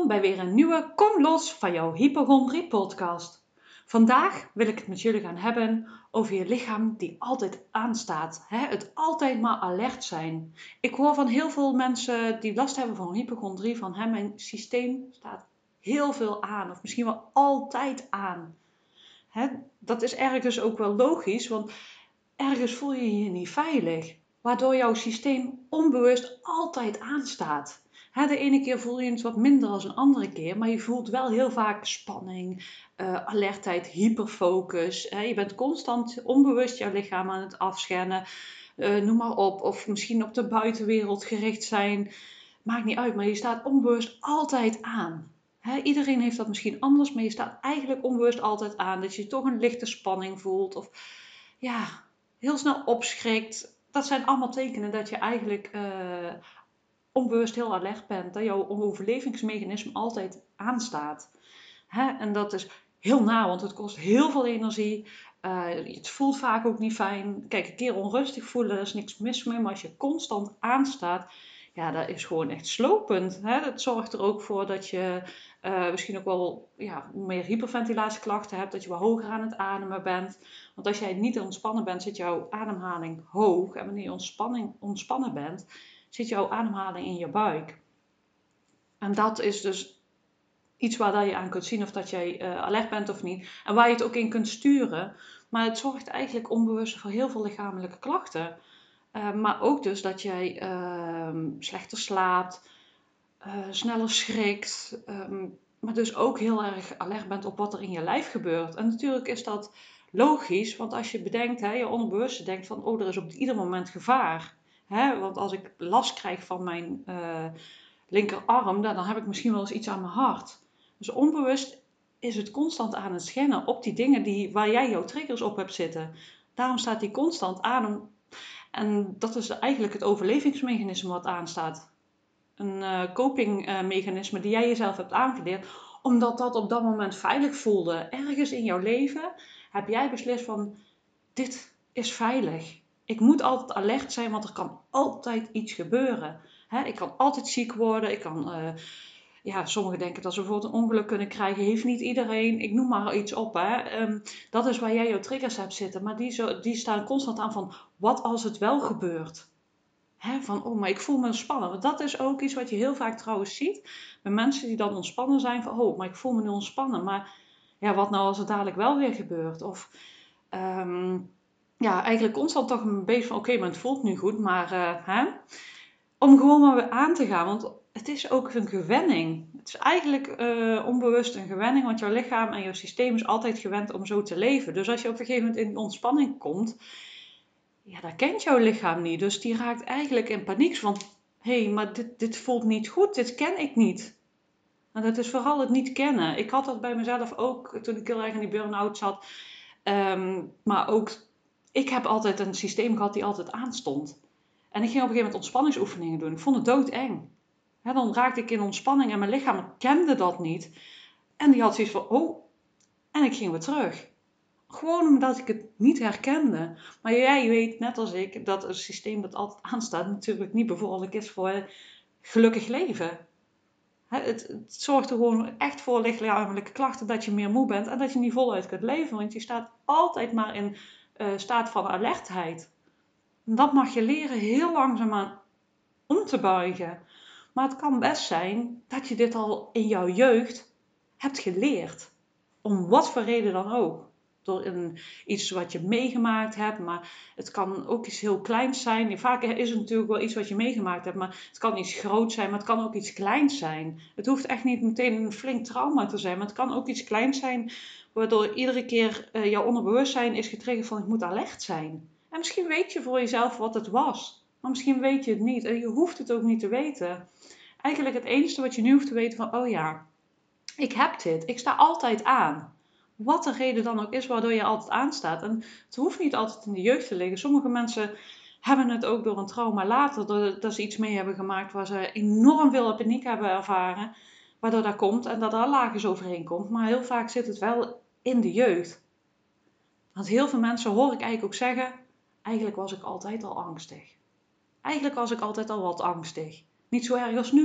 Welkom bij weer een nieuwe Kom Los van jouw Hypochondrie podcast. Vandaag wil ik het met jullie gaan hebben over je lichaam die altijd aanstaat. Het altijd maar alert zijn. Ik hoor van heel veel mensen die last hebben van hypochondrie van mijn systeem staat heel veel aan of misschien wel altijd aan. Dat is ergens ook wel logisch, want ergens voel je je niet veilig. Waardoor jouw systeem onbewust altijd aanstaat. De ene keer voel je het wat minder dan een andere keer, maar je voelt wel heel vaak spanning, alertheid, hyperfocus. Je bent constant onbewust jouw lichaam aan het afscannen, noem maar op. Of misschien op de buitenwereld gericht zijn. Maakt niet uit, maar je staat onbewust altijd aan. Iedereen heeft dat misschien anders, maar je staat eigenlijk onbewust altijd aan. Dat je toch een lichte spanning voelt of heel snel opschrikt. Dat zijn allemaal tekenen dat je eigenlijk onbewust heel alert bent. Dat jouw overlevingsmechanisme altijd aanstaat. En dat is heel naar, want het kost heel veel energie. Het voelt vaak ook niet fijn. Kijk, een keer onrustig voelen, daar is niks mis mee. Maar als je constant aanstaat, dat is gewoon echt slopend. Dat zorgt er ook voor dat je misschien ook wel meer hyperventilatieklachten hebt. Dat je wel hoger aan het ademen bent. Want als jij niet ontspannen bent, zit jouw ademhaling hoog. En wanneer je ontspannen bent, zit jouw ademhaling in je buik. En dat is dus iets waar je aan kunt zien of dat jij alert bent of niet. En waar je het ook in kunt sturen. Maar het zorgt eigenlijk onbewust voor heel veel lichamelijke klachten. Maar ook dus dat jij slechter slaapt, sneller schrikt. Maar dus ook heel erg alert bent op wat er in je lijf gebeurt. En natuurlijk is dat logisch, want als je bedenkt, je onderbewuste denkt van, er is op ieder moment gevaar. Want als ik last krijg van mijn linkerarm, dan heb ik misschien wel eens iets aan mijn hart. Dus onbewust is het constant aan het scannen op die dingen waar jij jouw triggers op hebt zitten. Daarom staat die constant aan. En dat is eigenlijk het overlevingsmechanisme wat aanstaat. Een copingmechanisme die jij jezelf hebt aangeleerd, omdat dat op dat moment veilig voelde. Ergens in jouw leven heb jij beslist van, dit is veilig. Ik moet altijd alert zijn, want er kan altijd iets gebeuren. Ik kan altijd ziek worden. Ik kan, sommigen denken dat ze bijvoorbeeld een ongeluk kunnen krijgen. Heeft niet iedereen. Ik noem maar iets op. Dat is waar jij jouw triggers hebt zitten. Maar die staan constant aan van, wat als het wel gebeurt? Maar ik voel me ontspannen. Want dat is ook iets wat je heel vaak trouwens ziet. Bij mensen die dan ontspannen zijn. Van, maar ik voel me nu ontspannen. Maar wat nou als het dadelijk wel weer gebeurt? Of eigenlijk constant toch een beetje van, maar het voelt nu goed. Maar om gewoon maar weer aan te gaan. Want het is ook een gewenning. Het is eigenlijk onbewust een gewenning. Want jouw lichaam en jouw systeem is altijd gewend om zo te leven. Dus als je op een gegeven moment in ontspanning komt, dat kent jouw lichaam niet. Dus die raakt eigenlijk in paniek van, maar dit voelt niet goed. Dit ken ik niet. En dat is vooral het niet kennen. Ik had dat bij mezelf ook toen ik heel erg in die burn-out zat. Maar ook, ik heb altijd een systeem gehad die altijd aanstond. En ik ging op een gegeven moment ontspanningsoefeningen doen. Ik vond het doodeng. Dan raakte ik in ontspanning en mijn lichaam kende dat niet. En die had zoiets van, en ik ging weer terug. Gewoon omdat ik het niet herkende. Maar jij weet, net als ik, dat een systeem dat altijd aanstaat natuurlijk niet bevorderlijk is voor gelukkig leven. Het zorgt er gewoon echt voor lichamelijke klachten dat je meer moe bent en dat je niet voluit kunt leven. Want je staat altijd maar in staat van alertheid. En dat mag je leren heel langzaamaan om te buigen. Maar het kan best zijn dat je dit al in jouw jeugd hebt geleerd. Om wat voor reden dan ook. Door iets wat je meegemaakt hebt, maar het kan ook iets heel kleins zijn. Vaak is het natuurlijk wel iets wat je meegemaakt hebt, maar het kan iets groots zijn, maar het kan ook iets kleins zijn. Het hoeft echt niet meteen een flink trauma te zijn, maar het kan ook iets kleins zijn, waardoor iedere keer jouw onderbewustzijn is getriggerd van, ik moet alert zijn. En misschien weet je voor jezelf wat het was, maar misschien weet je het niet en je hoeft het ook niet te weten. Eigenlijk het enige wat je nu hoeft te weten van, ik heb dit, ik sta altijd aan. Wat de reden dan ook is waardoor je altijd aanstaat. En het hoeft niet altijd in de jeugd te liggen. Sommige mensen hebben het ook door een trauma later. Dat ze iets mee hebben gemaakt waar ze enorm veel paniek hebben ervaren. Waardoor dat komt en dat er laagjes overheen komt. Maar heel vaak zit het wel in de jeugd. Want heel veel mensen hoor ik eigenlijk ook zeggen, eigenlijk was ik altijd al angstig. Eigenlijk was ik altijd al wat angstig. Niet zo erg als nu,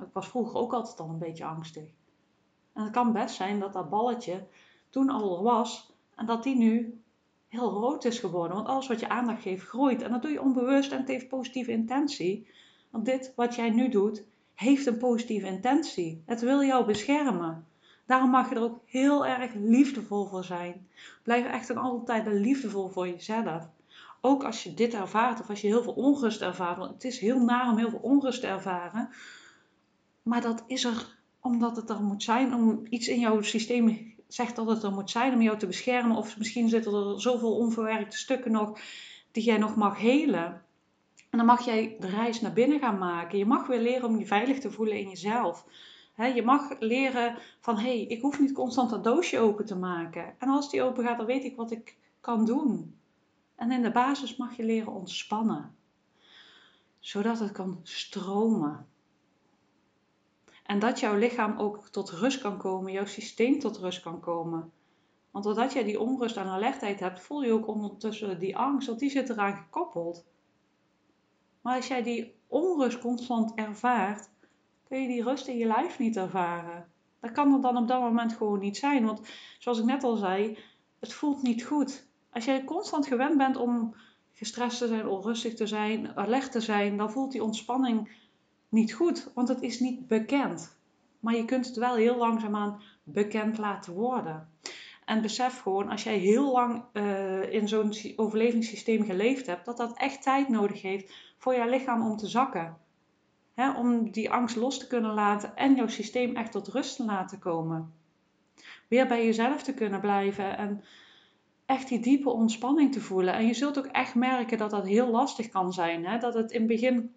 Ik was vroeger ook altijd al een beetje angstig. En het kan best zijn dat dat balletje toen al er was en dat die nu heel groot is geworden. Want alles wat je aandacht geeft groeit. En dat doe je onbewust en het heeft positieve intentie. Want dit wat jij nu doet, heeft een positieve intentie. Het wil jou beschermen. Daarom mag je er ook heel erg liefdevol voor zijn. Blijf echt en altijd liefdevol voor jezelf. Ook als je dit ervaart of als je heel veel onrust ervaart. Want het is heel naar om heel veel onrust te ervaren. Maar dat is er omdat het er moet zijn. Om iets in jouw systeem zegt dat het er moet zijn om jou te beschermen. Of misschien zitten er zoveel onverwerkte stukken nog die jij nog mag helen. En dan mag jij de reis naar binnen gaan maken. Je mag weer leren om je veilig te voelen in jezelf. Je mag leren van, hé, ik hoef niet constant dat doosje open te maken. En als die open gaat, dan weet ik wat ik kan doen. En in de basis mag je leren ontspannen. Zodat het kan stromen. En dat jouw lichaam ook tot rust kan komen, jouw systeem tot rust kan komen. Want doordat jij die onrust en alertheid hebt, voel je ook ondertussen die angst, want die zit eraan gekoppeld. Maar als jij die onrust constant ervaart, kun je die rust in je lijf niet ervaren. Dat kan er dan op dat moment gewoon niet zijn. Want zoals ik net al zei, het voelt niet goed. Als jij constant gewend bent om gestrest te zijn, onrustig te zijn, alert te zijn, dan voelt die ontspanning niet goed. Want het is niet bekend. Maar je kunt het wel heel langzaamaan bekend laten worden. En besef gewoon, als jij heel lang in zo'n overlevingssysteem geleefd hebt, dat dat echt tijd nodig heeft voor jouw lichaam om te zakken. Om die angst los te kunnen laten en jouw systeem echt tot rust te laten komen. Weer bij jezelf te kunnen blijven en echt die diepe ontspanning te voelen. En je zult ook echt merken dat dat heel lastig kan zijn. Dat het in het begin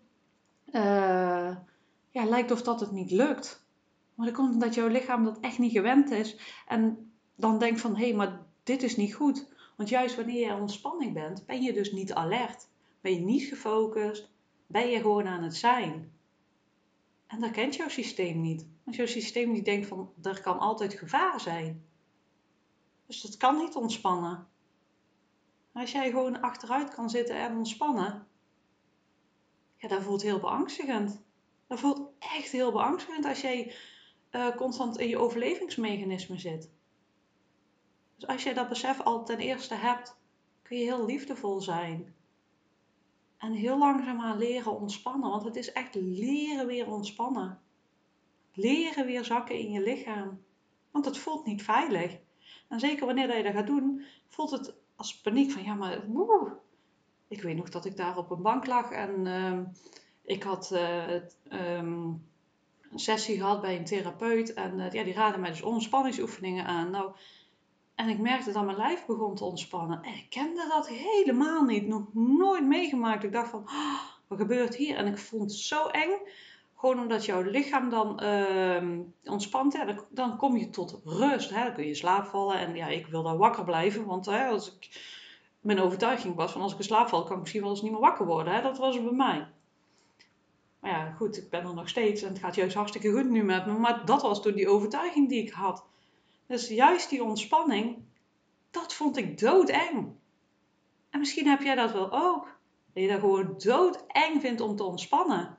lijkt of dat het niet lukt. Maar dat komt omdat jouw lichaam dat echt niet gewend is. En dan denkt van, hé, maar dit is niet goed. Want juist wanneer je in ontspanning bent, ben je dus niet alert. Ben je niet gefocust. Ben je gewoon aan het zijn. En dat kent jouw systeem niet. Want jouw systeem die denkt van, er kan altijd gevaar zijn. Dus dat kan niet ontspannen. Maar als jij gewoon achteruit kan zitten en ontspannen, ja, dat voelt heel beangstigend. Dat voelt echt heel beangstigend als jij constant in je overlevingsmechanisme zit. Dus als jij dat besef al ten eerste hebt, kun je heel liefdevol zijn. En heel langzaamaan leren ontspannen. Want het is echt leren weer ontspannen. Leren weer zakken in je lichaam. Want het voelt niet veilig. En zeker wanneer je dat gaat doen, voelt het als paniek van ja, maar ik weet nog dat ik daar op een bank lag en ik had een sessie gehad bij een therapeut en die raadde mij dus ontspanningsoefeningen aan. Nou, en ik merkte dat mijn lijf begon te ontspannen. En ik kende dat helemaal niet, nog nooit meegemaakt. Ik dacht van, wat gebeurt hier? En ik vond het zo eng. Gewoon omdat jouw lichaam dan ontspant, ja, dan kom je tot rust. Hè? Dan kun je in slaap vallen. En ja, ik wil dan wakker blijven. Want als ik, mijn overtuiging was van als ik in slaap val, kan ik misschien wel eens niet meer wakker worden. Hè? Dat was het bij mij. Maar ja, goed, ik ben er nog steeds. En het gaat juist hartstikke goed nu met me. Maar dat was toen die overtuiging die ik had. Dus juist die ontspanning, dat vond ik doodeng. En misschien heb jij dat wel ook. Dat je dat gewoon doodeng vindt om te ontspannen.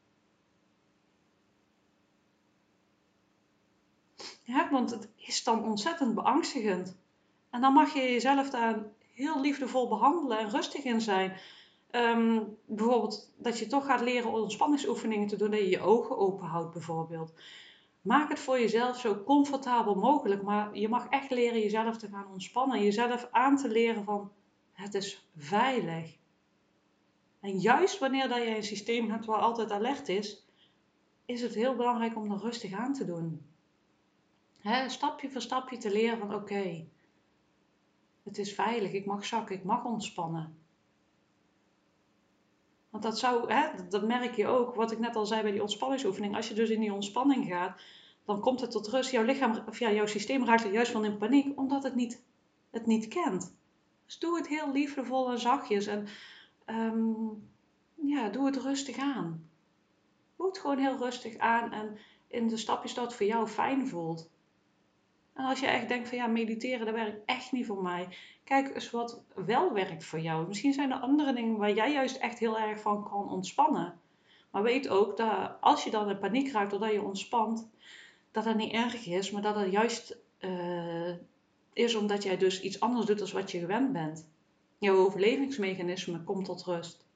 Ja, want het is dan ontzettend beangstigend. En dan mag je jezelf daar heel liefdevol behandelen en rustig in zijn. Bijvoorbeeld dat je toch gaat leren ontspanningsoefeningen te doen. Dat je je ogen open houdt bijvoorbeeld. Maak het voor jezelf zo comfortabel mogelijk. Maar je mag echt leren jezelf te gaan ontspannen. Jezelf aan te leren van het is veilig. En juist wanneer dat je een systeem hebt waar altijd alert is het heel belangrijk om er rustig aan te doen. Stapje voor stapje te leren van oké, het is veilig, ik mag zakken, ik mag ontspannen. Want dat merk je ook, wat ik net al zei bij die ontspanningsoefening. Als je dus in die ontspanning gaat, dan komt het tot rust. Jouw lichaam, of ja, jouw systeem raakt er juist van in paniek, omdat het niet kent. Dus doe het heel liefdevol en zachtjes. En doe het rustig aan. Doe het gewoon heel rustig aan en in de stapjes dat het voor jou fijn voelt. En als je echt denkt van ja, mediteren, dat werkt echt niet voor mij. Kijk eens wat wel werkt voor jou. Misschien zijn er andere dingen waar jij juist echt heel erg van kan ontspannen. Maar weet ook dat als je dan in paniek raakt doordat je ontspant, dat dat niet erg is, maar dat het juist is omdat jij dus iets anders doet dan wat je gewend bent. Jouw overlevingsmechanisme komt tot rust.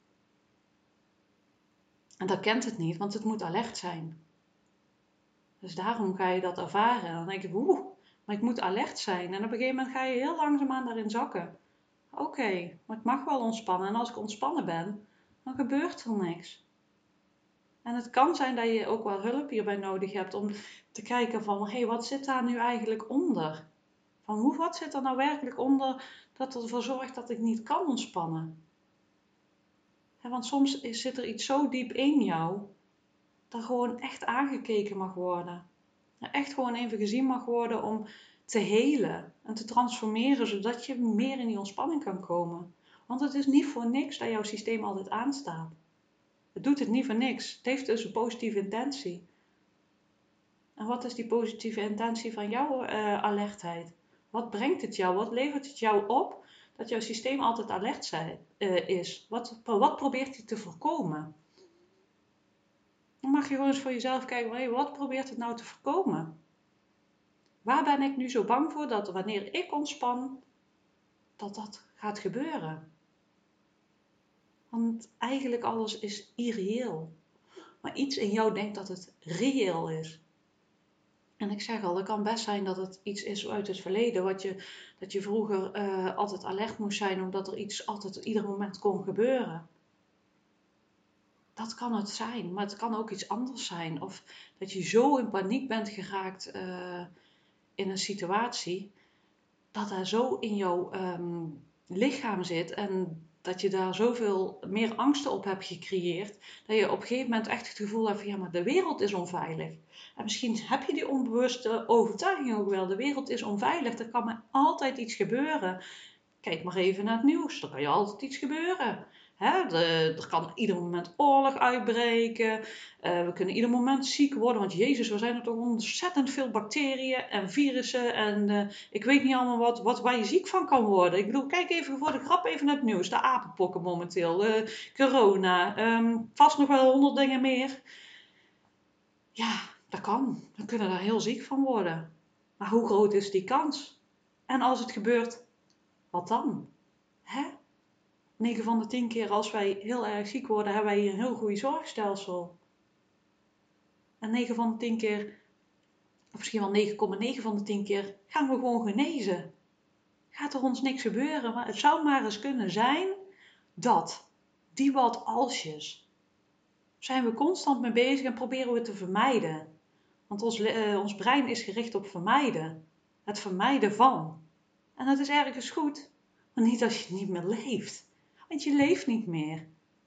En dat kent het niet, want het moet alert zijn. Dus daarom ga je dat ervaren. En dan denk je, maar ik moet alert zijn. En op een gegeven moment ga je heel langzaamaan daarin zakken. Oké, maar ik mag wel ontspannen. En als ik ontspannen ben, dan gebeurt er niks. En het kan zijn dat je ook wel hulp hierbij nodig hebt om te kijken van, wat zit daar nu eigenlijk onder? Wat zit er nou werkelijk onder dat ervoor zorgt dat ik niet kan ontspannen? Want soms zit er iets zo diep in jou, dat gewoon echt aangekeken mag worden. Echt gewoon even gezien mag worden om te helen en te transformeren, zodat je meer in die ontspanning kan komen. Want het is niet voor niks dat jouw systeem altijd aanstaat. Het doet het niet voor niks. Het heeft dus een positieve intentie. En wat is die positieve intentie van jouw alertheid? Wat brengt het jou? Wat levert het jou op dat jouw systeem altijd alert is? Wat probeert hij te voorkomen? Dan mag je gewoon eens voor jezelf kijken, wat probeert het nou te voorkomen? Waar ben ik nu zo bang voor dat wanneer ik ontspan, dat gaat gebeuren? Want eigenlijk alles is irreëel. Maar iets in jou denkt dat het reëel is. En ik zeg al, het kan best zijn dat het iets is uit het verleden, dat je vroeger altijd alert moest zijn, omdat er iets altijd op ieder moment kon gebeuren. Dat kan het zijn, maar het kan ook iets anders zijn. Of dat je zo in paniek bent geraakt in een situatie, dat er zo in jouw lichaam zit en dat je daar zoveel meer angsten op hebt gecreëerd, dat je op een gegeven moment echt het gevoel hebt van ja, maar de wereld is onveilig. En misschien heb je die onbewuste overtuiging ook wel, de wereld is onveilig, er kan maar altijd iets gebeuren. Kijk maar even naar het nieuws, er kan je altijd iets gebeuren. Er kan ieder moment oorlog uitbreken. We kunnen ieder moment ziek worden. Want Jezus, er zijn er toch ontzettend veel bacteriën en virussen. En ik weet niet allemaal waar je ziek van kan worden. Ik bedoel, kijk even voor de grap even naar het nieuws. De apenpokken momenteel. Corona. Vast nog wel 100 dingen meer. Ja, dat kan. We kunnen daar heel ziek van worden. Maar hoe groot is die kans? En als het gebeurt, wat dan? 9 van de 10 keer als wij heel erg ziek worden, hebben wij hier een heel goed zorgstelsel. En 9 van de 10 keer, of misschien wel 9,9 van de 10 keer, gaan we gewoon genezen. Gaat er ons niks gebeuren, maar het zou maar eens kunnen zijn dat die wat alsjes, zijn we constant mee bezig en proberen we te vermijden. Want ons brein is gericht op vermijden. Het vermijden van. En dat is ergens goed, maar niet als je niet meer leeft. Want je leeft niet meer.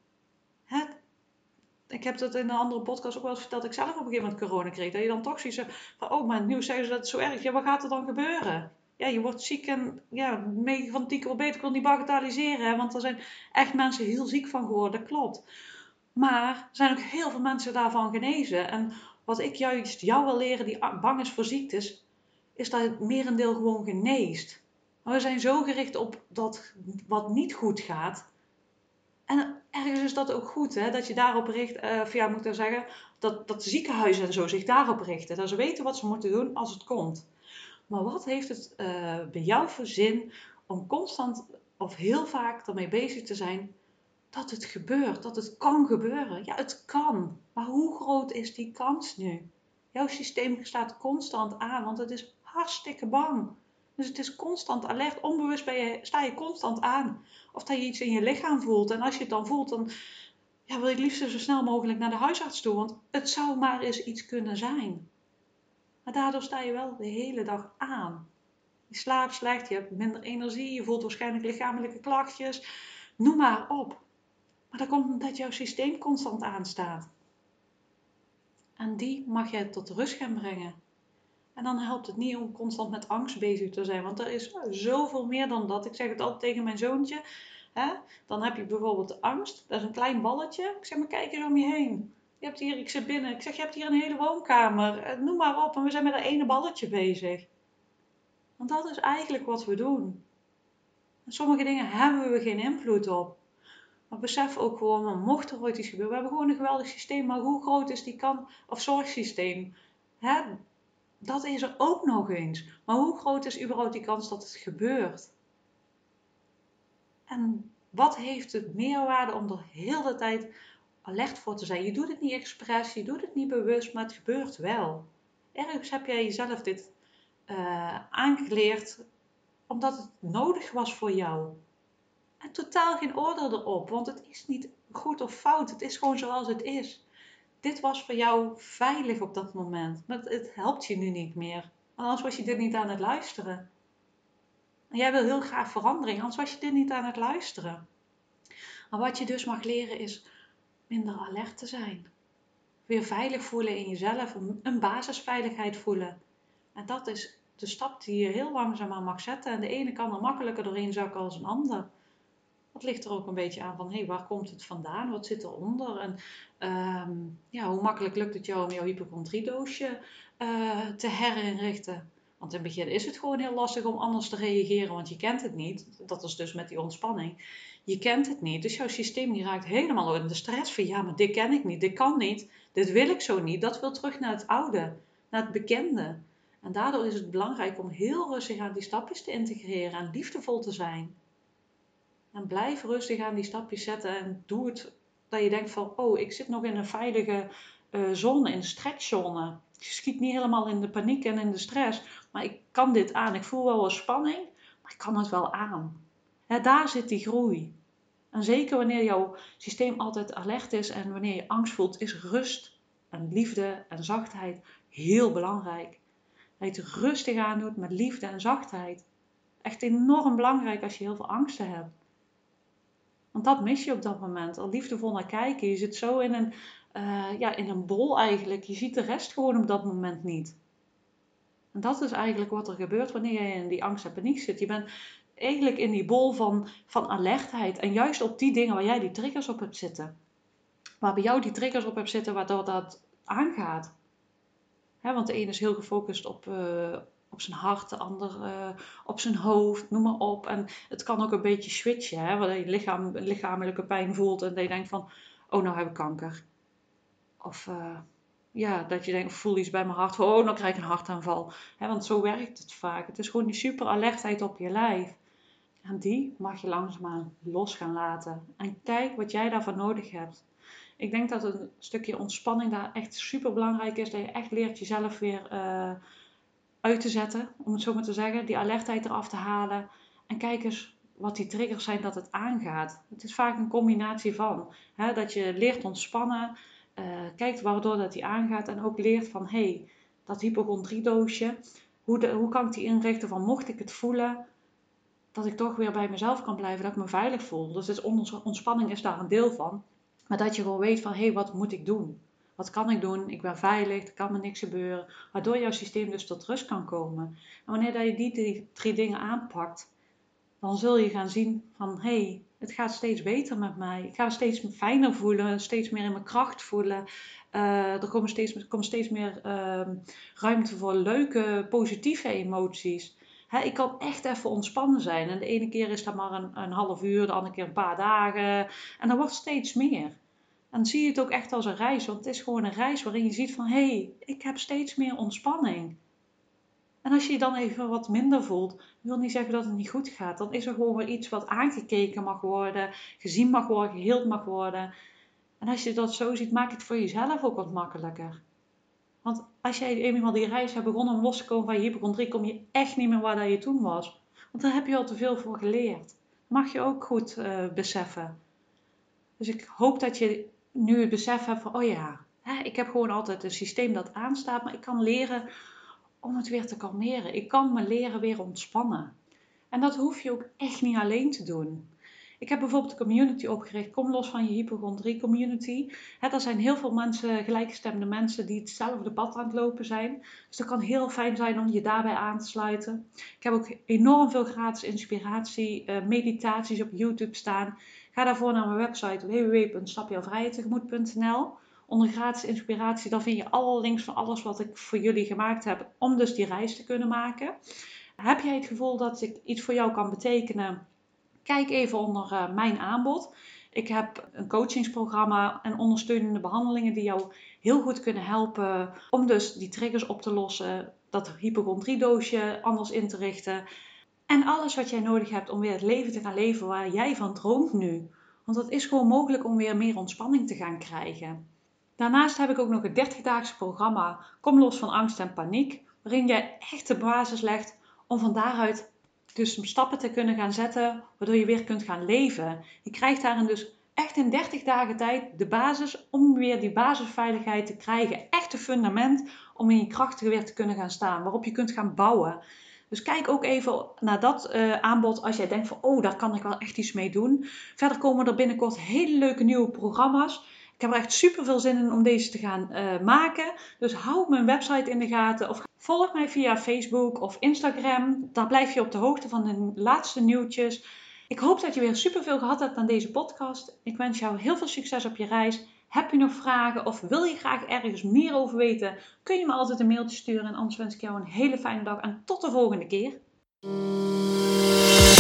Ik heb dat in een andere podcast ook wel eens verteld. Ik zelf op een gegeven moment corona kreeg. Dat je dan toch zoiets van, maar nu zeggen ze dat het zo erg. Ja, wat gaat er dan gebeuren? Ja, je wordt ziek en 9 van 10 keer wel beter. Ik wil niet bagatelliseren, hè, want er zijn echt mensen heel ziek van geworden. Dat klopt. Maar er zijn ook heel veel mensen daarvan genezen. En wat ik juist jou wil leren die bang is voor ziektes, is dat het merendeel gewoon geneest. Maar we zijn zo gericht op dat wat niet goed gaat. En ergens is dat ook goed, hè? Dat je daarop richt, moet ik zeggen, dat de ziekenhuizen en zo zich daarop richten. Dat ze weten wat ze moeten doen als het komt. Maar wat heeft het bij jou voor zin om constant of heel vaak ermee bezig te zijn dat het gebeurt, dat het kan gebeuren? Ja, het kan. Maar hoe groot is die kans nu? Jouw systeem staat constant aan, want het is hartstikke bang. Dus het is constant alert. Onbewust sta je constant aan. Of dat je iets in je lichaam voelt. En als je het dan voelt, dan wil je het liefst zo snel mogelijk naar de huisarts toe. Want het zou maar eens iets kunnen zijn. Maar daardoor sta je wel de hele dag aan. Je slaapt slecht, je hebt minder energie, je voelt waarschijnlijk lichamelijke klachtjes. Noem maar op. Maar dat komt omdat jouw systeem constant aanstaat. En die mag je tot rust gaan brengen. En dan helpt het niet om constant met angst bezig te zijn. Want er is zoveel meer dan dat. Ik zeg het altijd tegen mijn zoontje. Dan heb je bijvoorbeeld de angst. Dat is een klein balletje. Ik zeg maar, kijk eens om je heen. Ik zit binnen. Ik zeg, je hebt hier een hele woonkamer. Noem maar op. En we zijn met dat ene balletje bezig. Want dat is eigenlijk wat we doen. En sommige dingen hebben we geen invloed op. Maar besef ook gewoon, maar mocht er ooit iets gebeuren, we hebben gewoon een geweldig systeem, maar hoe groot is die kans, of zorgsysteem, hè? Dat is er ook nog eens. Maar hoe groot is überhaupt die kans dat het gebeurt? En wat heeft het meerwaarde om er heel de tijd alert voor te zijn? Je doet het niet expres, je doet het niet bewust, maar het gebeurt wel. Ergens heb jij jezelf dit aangeleerd omdat het nodig was voor jou. En totaal geen oordeel erop, want het is niet goed of fout. Het is gewoon zoals het is. Dit was voor jou veilig op dat moment. Maar het helpt je nu niet meer. Anders was je dit niet aan het luisteren. En jij wil heel graag verandering, anders was je dit niet aan het luisteren. Maar wat je dus mag leren is minder alert te zijn. Weer veilig voelen in jezelf, een basisveiligheid voelen. En dat is de stap die je heel langzaam aan mag zetten. En de ene kan er makkelijker doorheen zakken als een ander. Dat ligt er ook een beetje aan van, waar komt het vandaan? Wat zit eronder? En hoe makkelijk lukt het jou om jouw hypochondriedoosje te herinrichten? Want in het begin is het gewoon heel lastig om anders te reageren, want je kent het niet. Dat is dus met die ontspanning. Je kent het niet, dus jouw systeem die raakt helemaal in de stress van, ja, maar dit ken ik niet, dit kan niet, dit wil ik zo niet. Dat wil terug naar het oude, naar het bekende. En daardoor is het belangrijk om heel rustig aan die stapjes te integreren en liefdevol te zijn. En blijf rustig aan die stapjes zetten en doe het dat je denkt van, oh, ik zit nog in een veilige zone, in de stretchzone. Je schiet niet helemaal in de paniek en in de stress, maar ik kan dit aan. Ik voel wel wat spanning, maar ik kan het wel aan. Daar zit die groei. En zeker wanneer jouw systeem altijd alert is en wanneer je angst voelt, is rust en liefde en zachtheid heel belangrijk. Dat je het rustig aan doet met liefde en zachtheid. Echt enorm belangrijk als je heel veel angsten hebt. Want dat mis je op dat moment. Al liefdevol naar kijken. Je zit zo in een bol eigenlijk. Je ziet de rest gewoon op dat moment niet. En dat is eigenlijk wat er gebeurt wanneer je in die angst en paniek zit. Je bent eigenlijk in die bol van alertheid. En juist op die dingen waar jij die triggers op hebt zitten. Waar bij jou die triggers op hebt zitten waardoor dat aangaat. Want de ene is heel gefocust op zijn hart, de ander op zijn hoofd, noem maar op. En het kan ook een beetje switchen, waar je lichamelijke pijn voelt en dat je denkt van, oh, nou heb ik kanker. Of dat je denkt, voel iets bij mijn hart, oh, nou krijg ik een hartaanval. Want zo werkt het vaak. Het is gewoon die super alertheid op je lijf. En die mag je langzaamaan los gaan laten. En kijk wat jij daarvoor nodig hebt. Ik denk dat een stukje ontspanning daar echt super belangrijk is. Dat je echt leert jezelf weer uit te zetten, om het zo maar te zeggen. Die alertheid eraf te halen. En kijk eens wat die triggers zijn dat het aangaat. Het is vaak een combinatie van. Dat je leert ontspannen. Kijkt waardoor dat die aangaat. En ook leert van, dat hypochondriedoosje. Hoe kan ik die inrichten van, mocht ik het voelen, dat ik toch weer bij mezelf kan blijven, dat ik me veilig voel. Dus ontspanning is daar een deel van. Maar dat je gewoon weet van, wat moet ik doen? Wat kan ik doen? Ik ben veilig, er kan me niks gebeuren. Waardoor jouw systeem dus tot rust kan komen. En wanneer je die drie dingen aanpakt, dan zul je gaan zien van, het gaat steeds beter met mij. Ik ga steeds fijner voelen, steeds meer in mijn kracht voelen. Er komt steeds meer ruimte voor leuke, positieve emoties. Ik kan echt even ontspannen zijn. En de ene keer is dat maar een half uur, de andere keer een paar dagen. En dat wordt steeds meer. En dan zie je het ook echt als een reis. Want het is gewoon een reis waarin je ziet van, ik heb steeds meer ontspanning. En als je je dan even wat minder voelt, wil niet zeggen dat het niet goed gaat. Dan is er gewoon weer iets wat aangekeken mag worden, gezien mag worden, geheeld mag worden. En als je dat zo ziet, maakt het voor jezelf ook wat makkelijker. Want als jij eenmaal die reis hebt begonnen om los te komen van je hypochondrie, kom je echt niet meer waar je toen was. Want daar heb je al te veel voor geleerd. Dat mag je ook goed beseffen. Dus ik hoop dat je nu het besef hebt van, ik heb gewoon altijd een systeem dat aanstaat, maar ik kan leren om het weer te kalmeren. Ik kan me leren weer ontspannen. En dat hoef je ook echt niet alleen te doen. Ik heb bijvoorbeeld een community opgericht, Kom los van je hypochondrie community. Er zijn heel veel mensen, gelijkgestemde mensen, die hetzelfde pad aan het lopen zijn. Dus dat kan heel fijn zijn om je daarbij aan te sluiten. Ik heb ook enorm veel gratis inspiratie, meditaties op YouTube staan. Ga daarvoor naar mijn website www.stapjouwvrijheidtegemoet.nl. Onder gratis inspiratie, dan vind je alle links van alles wat ik voor jullie gemaakt heb, om dus die reis te kunnen maken. Heb jij het gevoel dat ik iets voor jou kan betekenen? Kijk even onder mijn aanbod. Ik heb een coachingsprogramma en ondersteunende behandelingen die jou heel goed kunnen helpen om dus die triggers op te lossen, dat hypochondriedoosje anders in te richten en alles wat jij nodig hebt om weer het leven te gaan leven waar jij van droomt nu. Want het is gewoon mogelijk om weer meer ontspanning te gaan krijgen. Daarnaast heb ik ook nog het 30-daagse programma Kom los van angst en paniek, waarin jij echt de basis legt om van daaruit dus stappen te kunnen gaan zetten, waardoor je weer kunt gaan leven. Je krijgt daarin dus echt in 30 dagen tijd de basis om weer die basisveiligheid te krijgen. Echt een fundament om in je krachten weer te kunnen gaan staan, waarop je kunt gaan bouwen. Dus kijk ook even naar dat aanbod als jij denkt van, oh, daar kan ik wel echt iets mee doen. Verder komen er binnenkort hele leuke nieuwe programma's. Ik heb er echt super veel zin in om deze te gaan maken. Dus hou mijn website in de gaten of volg mij via Facebook of Instagram. Daar blijf je op de hoogte van de laatste nieuwtjes. Ik hoop dat je weer super veel gehad hebt aan deze podcast. Ik wens jou heel veel succes op je reis. Heb je nog vragen of wil je graag ergens meer over weten? Kun je me altijd een mailtje sturen. En anders wens ik jou een hele fijne dag en tot de volgende keer.